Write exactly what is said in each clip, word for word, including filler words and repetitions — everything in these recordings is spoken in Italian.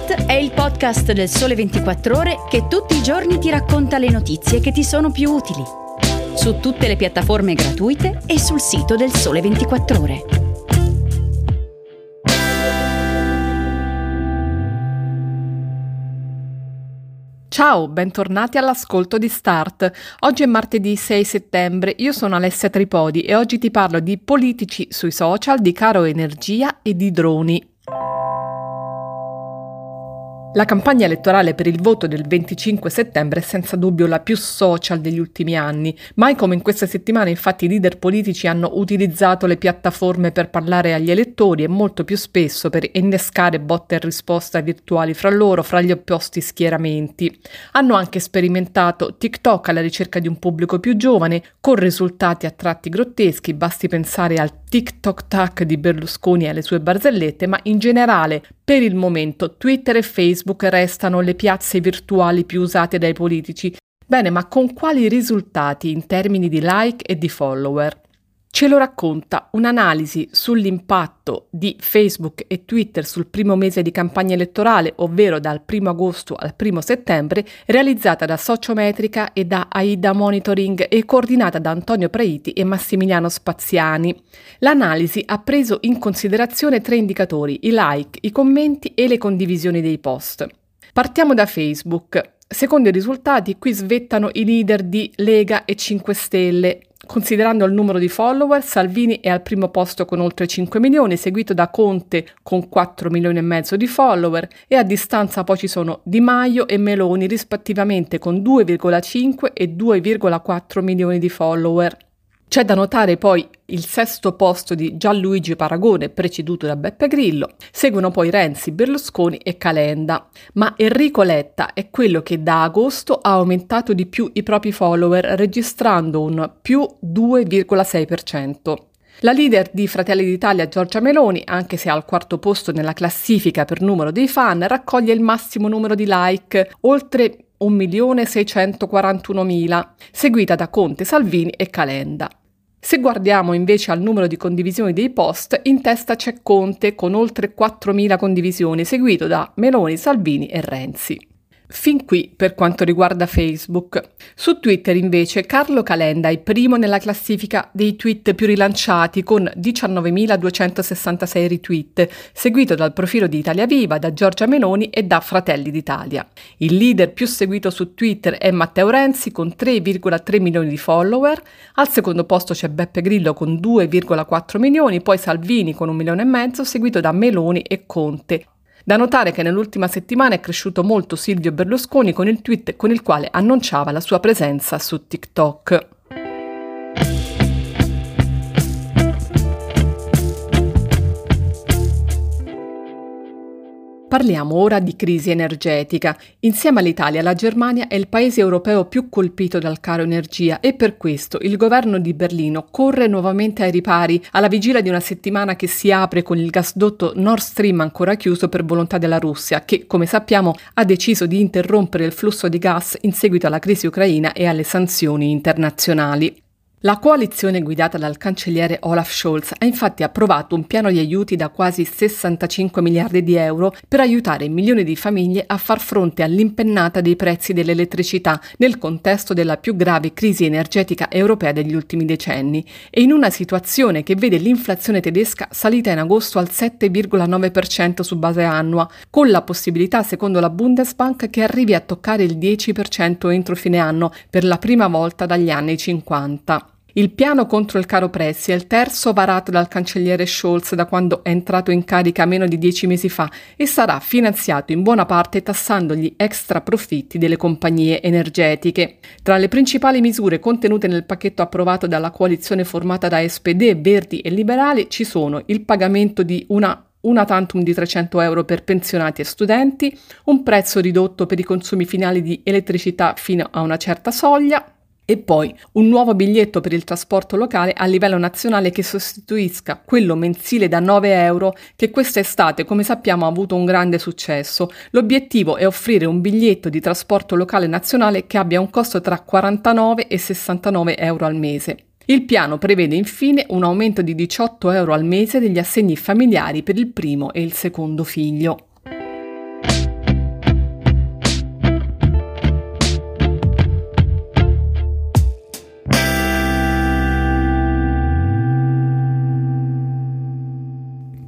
Start è il podcast del Sole ventiquattro Ore che tutti i giorni ti racconta le notizie che ti sono più utili. Su tutte le piattaforme gratuite e sul sito del Sole ventiquattro Ore. Ciao, bentornati all'ascolto di Start. Oggi è martedì sei settembre, io sono Alessia Tripodi e oggi ti parlo di politici sui social, di caro energia e di droni. La campagna elettorale per il voto del venticinque settembre è senza dubbio la più social degli ultimi anni. Mai come in queste settimane, infatti, i leader politici hanno utilizzato le piattaforme per parlare agli elettori e molto più spesso per innescare botte e risposta virtuali fra loro, fra gli opposti schieramenti. Hanno anche sperimentato TikTok alla ricerca di un pubblico più giovane, con risultati a tratti grotteschi, basti pensare al TikTok Tac di Berlusconi e alle sue barzellette, ma in generale, per il momento, Twitter e Facebook restano le piazze virtuali più usate dai politici. Bene, ma con quali risultati in termini di like e di follower? Ce lo racconta un'analisi sull'impatto di Facebook e Twitter sul primo mese di campagna elettorale, ovvero dal primo agosto al primo settembre, realizzata da Sociometrica e da AIDA Monitoring e coordinata da Antonio Praiti e Massimiliano Spaziani. L'analisi ha preso in considerazione tre indicatori: i like, i commenti e le condivisioni dei post. Partiamo da Facebook. Secondo i risultati, qui svettano i leader di Lega e cinque Stelle. Considerando il numero di follower, Salvini è al primo posto con oltre cinque milioni, seguito da Conte con quattro milioni e mezzo di follower, e a distanza poi ci sono Di Maio e Meloni rispettivamente con due virgola cinque e due virgola quattro milioni di follower. C'è da notare poi il sesto posto di Gianluigi Paragone, preceduto da Beppe Grillo, seguono poi Renzi, Berlusconi e Calenda, ma Enrico Letta è quello che da agosto ha aumentato di più i propri follower, registrando un più due virgola sei per cento. La leader di Fratelli d'Italia, Giorgia Meloni, anche se è al quarto posto nella classifica per numero dei fan, raccoglie il massimo numero di like, oltre un milione seicentoquarantunomila, seguita da Conte, Salvini e Calenda. Se guardiamo invece al numero di condivisioni dei post, in testa c'è Conte con oltre quattromila condivisioni, seguito da Meloni, Salvini e Renzi. Fin qui per quanto riguarda Facebook. Su Twitter invece Carlo Calenda è primo nella classifica dei tweet più rilanciati con diciannovemiladuecentosessantasei retweet, seguito dal profilo di Italia Viva, da Giorgia Meloni e da Fratelli d'Italia. Il leader più seguito su Twitter è Matteo Renzi con tre virgola tre milioni di follower, al secondo posto c'è Beppe Grillo con due virgola quattro milioni, poi Salvini con un milione e mezzo, seguito da Meloni e Conte. Da notare che nell'ultima settimana è cresciuto molto Silvio Berlusconi con il tweet con il quale annunciava la sua presenza su TikTok. Parliamo ora di crisi energetica. Insieme all'Italia, la Germania è il paese europeo più colpito dal caro energia e per questo il governo di Berlino corre nuovamente ai ripari alla vigilia di una settimana che si apre con il gasdotto Nord Stream ancora chiuso per volontà della Russia, che, come sappiamo, ha deciso di interrompere il flusso di gas in seguito alla crisi ucraina e alle sanzioni internazionali. La coalizione guidata dal cancelliere Olaf Scholz ha infatti approvato un piano di aiuti da quasi sessantacinque miliardi di euro per aiutare milioni di famiglie a far fronte all'impennata dei prezzi dell'elettricità nel contesto della più grave crisi energetica europea degli ultimi decenni e in una situazione che vede l'inflazione tedesca salita in agosto al sette virgola nove per cento su base annua, con la possibilità, secondo la Bundesbank, che arrivi a toccare il dieci per cento entro fine anno per la prima volta dagli anni cinquanta. Il piano contro il caro prezzi è il terzo varato dal cancelliere Scholz da quando è entrato in carica meno di dieci mesi fa e sarà finanziato in buona parte tassando gli extra profitti delle compagnie energetiche. Tra le principali misure contenute nel pacchetto approvato dalla coalizione formata da S P D, Verdi e Liberali ci sono il pagamento di una una tantum di trecento euro per pensionati e studenti, un prezzo ridotto per i consumi finali di elettricità fino a una certa soglia, e poi un nuovo biglietto per il trasporto locale a livello nazionale che sostituisca quello mensile da nove euro che quest'estate, come sappiamo, ha avuto un grande successo. L'obiettivo è offrire un biglietto di trasporto locale nazionale che abbia un costo tra quarantanove e sessantanove euro al mese. Il piano prevede infine un aumento di diciotto euro al mese degli assegni familiari per il primo e il secondo figlio.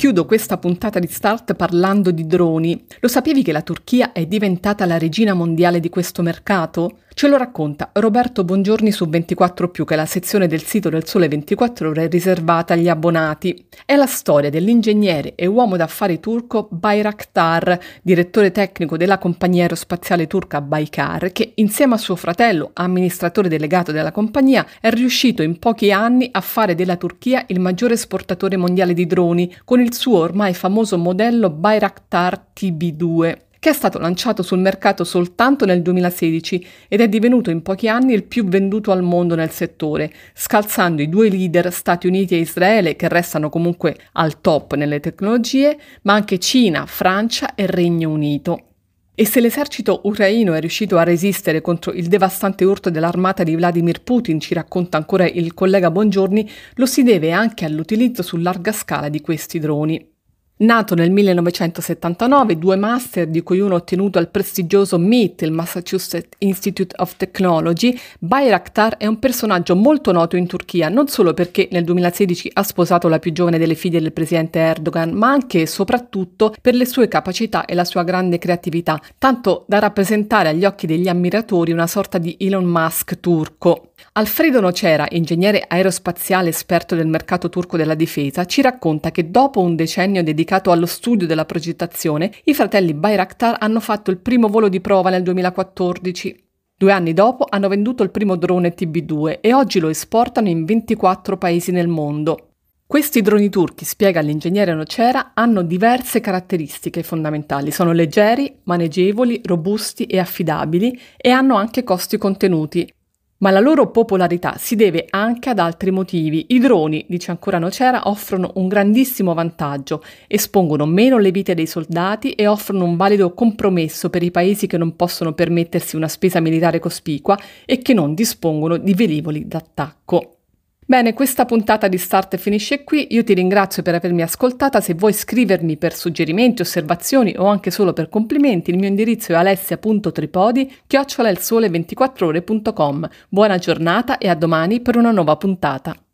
Chiudo questa puntata di Start parlando di droni. Lo sapevi che la Turchia è diventata la regina mondiale di questo mercato? Ce lo racconta Roberto Bongiorni su ventiquattro più, che è la sezione del sito del Sole ventiquattro Ore riservata agli abbonati. È la storia dell'ingegnere e uomo d'affari turco Bayraktar, direttore tecnico della compagnia aerospaziale turca Baykar, che insieme a suo fratello, amministratore delegato della compagnia, è riuscito in pochi anni a fare della Turchia il maggiore esportatore mondiale di droni, con il suo ormai famoso modello Bayraktar T B due. Che è stato lanciato sul mercato soltanto nel duemilasedici ed è divenuto in pochi anni il più venduto al mondo nel settore, scalzando i due leader Stati Uniti e Israele, che restano comunque al top nelle tecnologie, ma anche Cina, Francia e Regno Unito. E se l'esercito ucraino è riuscito a resistere contro il devastante urto dell'armata di Vladimir Putin, ci racconta ancora il collega Bongiorni, lo si deve anche all'utilizzo su larga scala di questi droni. Nato nel millenovecentosettantanove, due master di cui uno ottenuto al prestigioso M I T, il Massachusetts Institute of Technology, Bayraktar è un personaggio molto noto in Turchia, non solo perché nel duemilasedici ha sposato la più giovane delle figlie del presidente Erdogan, ma anche e soprattutto per le sue capacità e la sua grande creatività, tanto da rappresentare agli occhi degli ammiratori una sorta di Elon Musk turco. Alfredo Nocera, ingegnere aerospaziale esperto del mercato turco della difesa, ci racconta che dopo un decennio dedicato allo studio della progettazione, i fratelli Bayraktar hanno fatto il primo volo di prova nel duemilaquattordici. Due anni dopo hanno venduto il primo drone T B due e oggi lo esportano in ventiquattro paesi nel mondo. Questi droni turchi, spiega l'ingegnere Nocera, hanno diverse caratteristiche fondamentali. Sono leggeri, maneggevoli, robusti e affidabili e hanno anche costi contenuti. Ma la loro popolarità si deve anche ad altri motivi. I droni, dice ancora Nocera, offrono un grandissimo vantaggio, espongono meno le vite dei soldati e offrono un valido compromesso per i paesi che non possono permettersi una spesa militare cospicua e che non dispongono di velivoli d'attacco. Bene, questa puntata di Start finisce qui. Io ti ringrazio per avermi ascoltata. Se vuoi scrivermi per suggerimenti, osservazioni o anche solo per complimenti, il mio indirizzo è alessia punto tripodi chiocciola il sole ventiquattro ore punto com. Buona giornata e a domani per una nuova puntata.